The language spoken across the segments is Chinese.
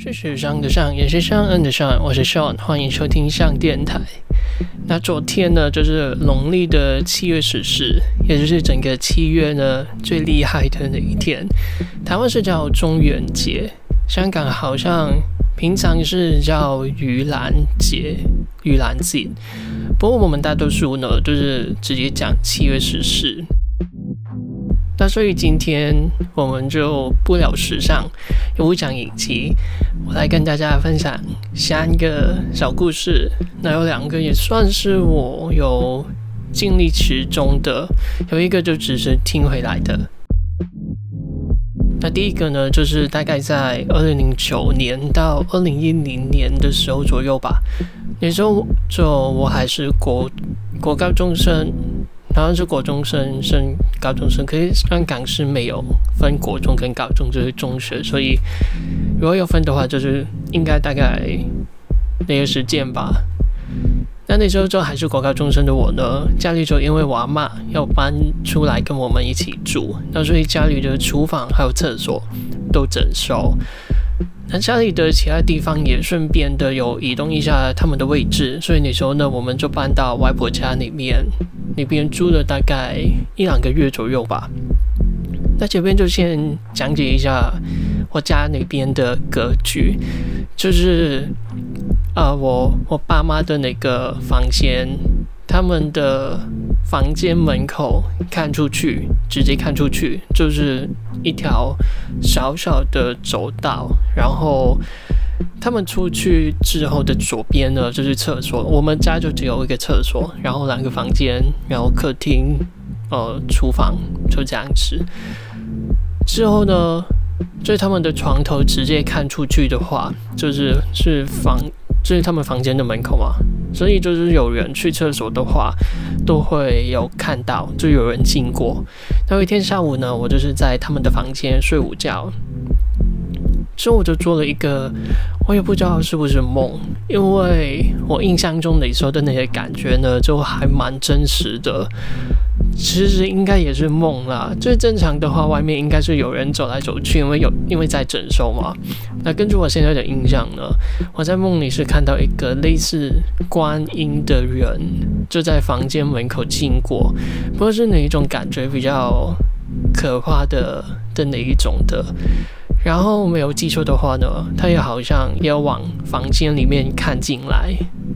是时尚的尚，也是尚恩的尚，我是 Sean， 欢迎收听尚电台。那昨天呢，就是农历的7月14，也就是整个7月呢最厉害的那一天。台湾是叫中元节，香港好像平常是叫盂兰节、盂兰节，不过我们大多数呢就是直接讲7月14。那所以今天我们就不聊时尚，也不讲影集，我来跟大家分享3个小故事。那有2个也算是我有经历其中的，有一个就只是听回来的。那第一个呢，就是大概在2009年到2010年的时候左右吧。那时候我还是国高中生。然后是国中生升高中生，可是香港是没有分国中跟高中，就是中学，所以如果有分的话，就是应该大概那个时间吧。那时候就还是国高中生的我呢，家里就因为我阿嬷要搬出来跟我们一起住，那所以家里的厨房还有厕所都整修。那家里的其他地方也顺便的有移动一下他们的位置，所以那时候呢，我们就搬到外婆家那边住了大概1-2个月左右吧。那这边就先讲解一下我家那边的格局，就是我爸妈的那个房间，他们的房间门口直接看出去就是一条小小的走道，然后他们出去之后的左边呢就是厕所，我们家就只有一个厕所，然后2个房间，然后客厅、厨房，就这样子。之后呢，就是他们的床头直接看出去的话，就是他们房间的门口嘛，所以就是有人去厕所的话，都会有看到，就有人经过。那有一天下午呢，我就是在他们的房间睡午觉，之后我就做了一个，我也不知道是不是梦，因为我印象中那时候的那些感觉呢，就还蛮真实的。其实应该也是梦啦，最正常的话，外面应该是有人走来走去，因为在整修嘛。那根据我现在的印象呢，我在梦里是看到一个类似观音的人，就在房间门口经过，不过是哪一种感觉比较可怕的哪一种的。然后没有记错的话呢，他也好像也要往房间里面看进来。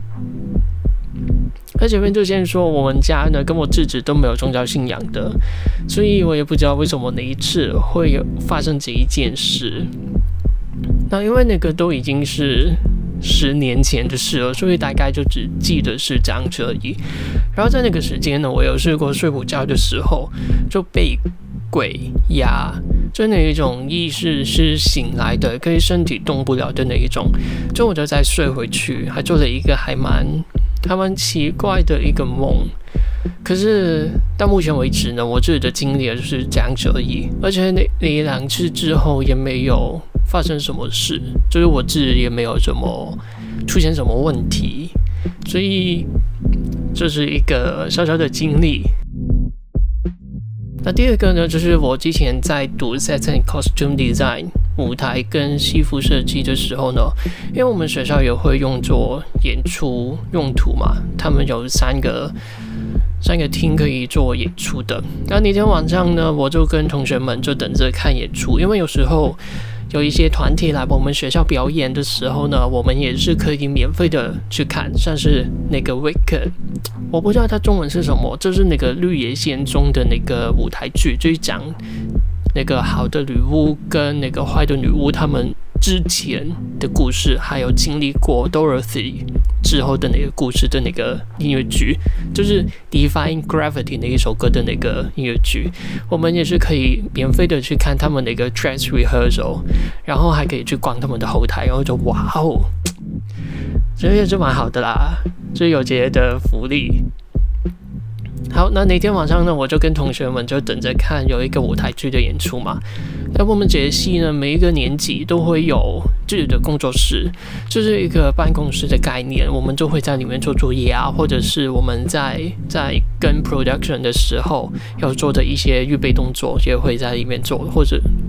那前面就先说，我们家呢跟我自己都没有宗教信仰的，所以我也不知道为什么那一次会有发生这一件事。那因为那个都已经是10年前的事了，所以大概就只记得是这样子而已。然后在那个时间呢，我有试过睡午觉的时候就被鬼压，就那一种意识是醒来的，可以身体动不了的那一种。就我就再睡回去，还做了一个还蛮奇怪的一个梦。可是到目前为止呢，我自己的经历就是这样子而已，而且那2次之后也没有发生什么事，就是我自己也没有出现什么问题，所以这是一个小小的经历。那第二个呢，就是我之前在读 Set and Costume Design 舞台跟西服设计的时候呢，因为我们学校也会用作演出用途嘛，他们有三个厅可以做演出的。那天晚上呢，我就跟同学们就等着看演出，因为有时候有一些团体来我们学校表演的时候呢，我们也是可以免费的去看，像是那个 Wicked， 我不知道它中文是什么，就是那个绿野仙踪的那个舞台剧，就是讲那个好的女巫跟那个坏的女巫他们之前的故事，还有经历过 Dorothy 之后的那个故事的那个音乐剧，就是 Defying Gravity 那一首歌的那个音乐剧，我们也是可以免费的去看他们那个 dress rehearsal， 然后还可以去逛他们的后台，然后就哇哦，这也是蛮好的啦，就是有这些的福利。好，那天晚上呢，我就跟同学们就等着看有一个舞台剧的演出嘛。那我们这些系呢，每一个年级都会有自己的工作室，就是一个办公室的概念。我们就会在里面做作业啊，或者是我们在跟 production 的时候要做的一些预备动作，也会在里面做，或者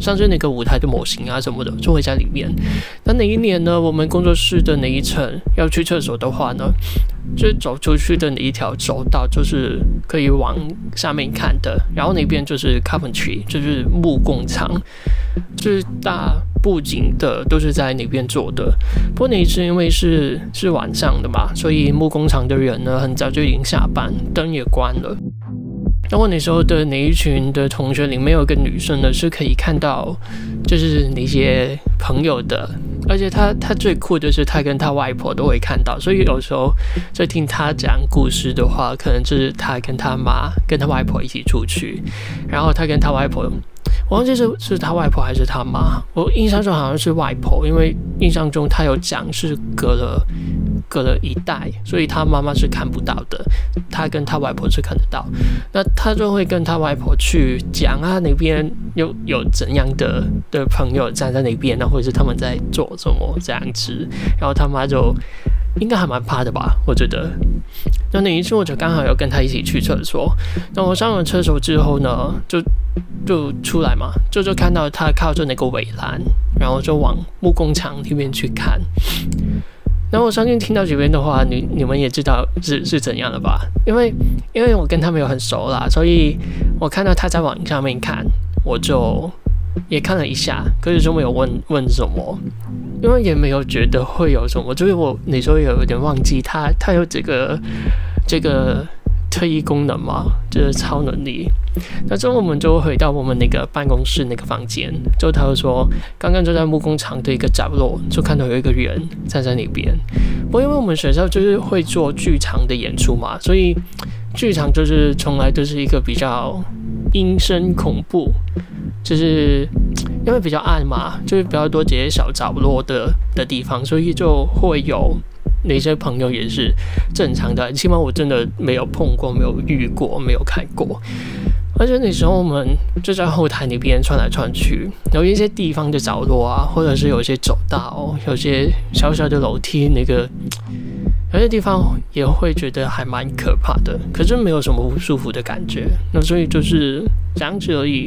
像是那个舞台的模型啊什么的，就会在里面。那哪一年呢？我们工作室的哪一层要去厕所的话呢，就是走出去的哪一条走道，就是可以往下面看的，然后那边就是 carpentry， 就是木工厂，就是大布景的都是在那边做的。不过那一次因为是晚上的嘛，所以木工厂的人呢很早就已经下班，灯也关了。然后那时候的那一群的同学里面有个女生呢，是可以看到就是那些朋友的，而且她最酷的是她跟她外婆都会看到，所以有时候在听她讲故事的话，可能就是她跟她妈跟她外婆一起出去，然后她跟她外婆，我忘记是她外婆还是她妈，我印象中好像是外婆，因为印象中她有讲是隔了一代，所以他妈妈是看不到的，他跟他外婆是看得到。那他就会跟他外婆去讲啊，那边有怎样的朋友站在那边，或者是他们在做什么这样子。然后他妈就应该还蛮怕的吧，我觉得。那一次我就刚好有跟他一起去厕所。那我上了厕所之后呢，就出来嘛，就看到他靠着那个围栏，然后就往木工厂那边去看。然后我相信听到这边的话，你们也知道是怎样的吧？因为我跟他们有很熟啦，所以我看到他在往上面看，我就也看了一下，可是就没有问什么，因为也没有觉得会有什么，就是我那时候有点忘记他有这个特异功能嘛，就是超能力。那之后我们就回到我们那个办公室那个房间，就他就说，刚刚就在木工厂的一个角落，就看到有一个人站在那边。不过因为我们学校就是会做剧场的演出嘛，所以剧场就是从来都是一个比较阴森恐怖，就是因为比较暗嘛，就是比较多这些小角落的地方，所以就会有那些朋友也是正常的，起码我真的没有碰过，没有遇过，没有看过。而且那时候我们就在后台那边穿来穿去，有一些地方的角落啊，或者是有一些走道，有些小小的楼梯，有些地方也会觉得还蛮可怕的，可是没有什么不舒服的感觉。那所以就是这样子而已。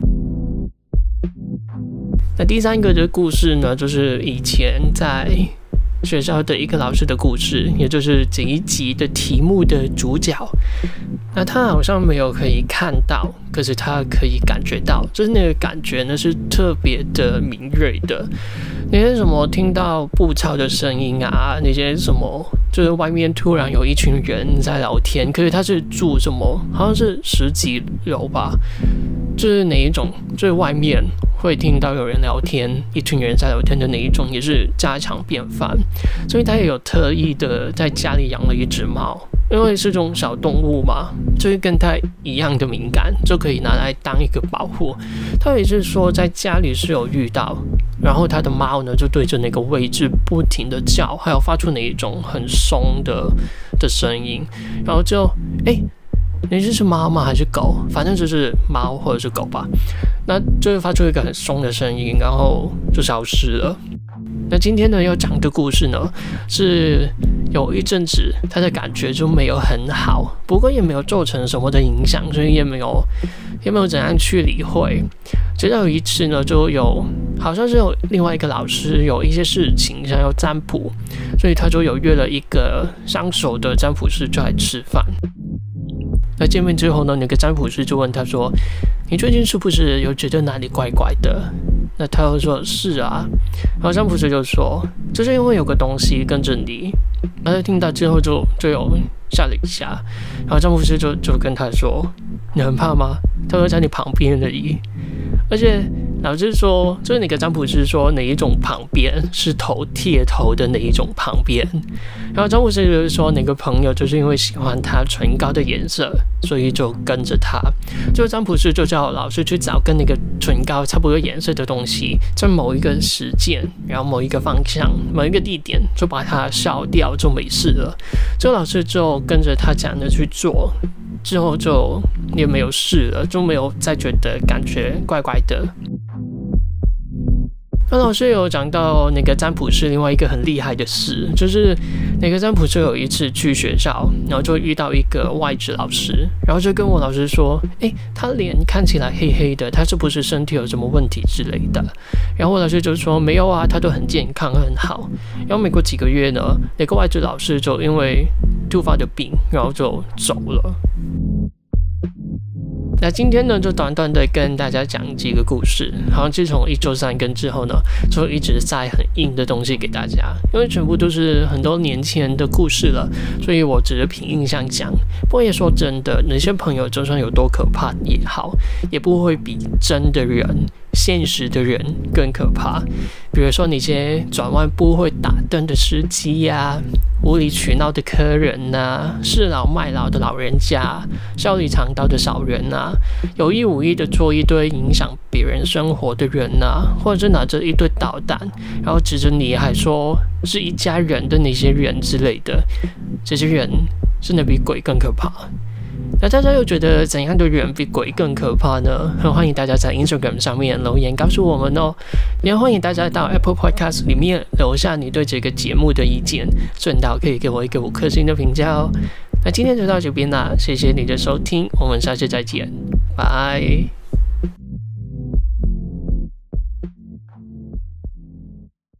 那第三个的故事呢，就是以前在学校的一个老师的故事，也就是这一集的题目的主角。那他好像没有可以看到，可是他可以感觉到，就是那个感觉呢是特别的敏锐的。那些什么听到步操的声音啊，那些什么就是外面突然有一群人在聊天，可是他是住什么，好像是10几楼吧，就是哪一种，就是外面会听到有人聊天，一群人在聊天的那一种，也是家常便饭。所以他也有特意的在家里养了一只猫，因为是这种小动物嘛，就是跟他一样的敏感，就可以拿来当一个保护。他也是说在家里是有遇到，然后他的猫呢就对着那个位置不停的叫，还有发出那一种很松的声音，然后就你这是猫吗还是狗？反正就是猫或者是狗吧。那就会发出一个很松的声音，然后就消失了。那今天呢要讲的故事呢，是有一阵子他的感觉就没有很好，不过也没有造成什么的影响，所以也没有怎样去理会。直到有一次呢，就好像是有另外一个老师有一些事情想要占卜，所以他就有约了一个上手的占卜师就来吃饭。那见面之后呢，那个占卜师就问他说：“你最近是不是有觉得哪里怪怪的？”那他又说：“是啊。”然后占卜师就说：“就是因为有个东西跟着你。”然后听到之后就有吓了一下。然后占卜师就跟他说：“你很怕吗？”他说：“在你旁边而已。”而且老师说，就是那个占卜师说哪一种旁边是头贴头的哪一种旁边。然后占卜师就是说，哪个朋友就是因为喜欢他唇膏的颜色，所以就跟着他。就占卜师就叫老师去找跟那个唇膏差不多颜色的东西，在某一个时间，然后某一个方向，某一个地点，就把它烧掉，就没事了。这个老师就跟着他讲的去做。之后就也没有事了，就没有再觉得感觉怪怪的。 那老师有讲到那个占卜师另外一个很厉害的事，就是那个占卜师有一次去学校，然后就遇到一个外籍老师，然后就跟我老师说，他脸看起来黑黑的，他是不是身体有什么问题之类的？然后我老师就说没有啊，他都很健康很好。然后没过几个月呢，那个外籍老师就因为突发的病，然后就走了。那今天呢，就短短的跟大家讲几个故事。好像自从1周3更之后呢，就一直在很硬的东西给大家，因为全部都是很多年前的故事了，所以我只是凭印象讲。不过也说真的，那些朋友就算有多可怕也好，也不会比真的人、现实的人更可怕。比如说那些转弯不会打灯的司机呀、无理取闹的客人啊，恃老卖老的老人家，笑里藏刀的小人啊，有意无意的做一堆影响别人生活的人啊，或者是拿着一堆导弹，然后指着你还说是一家人的那些人之类的，这些人真的比鬼更可怕。那大家又觉得怎样的人比鬼更可怕呢？很欢迎大家在 Instagram 上面留言告诉我们哦。也欢迎大家到 Apple Podcast 里面留下你对这个节目的意见，顺道可以给我一个5颗星的评价哦。那今天就到这边啦，谢谢你的收听，我们下次再见，拜。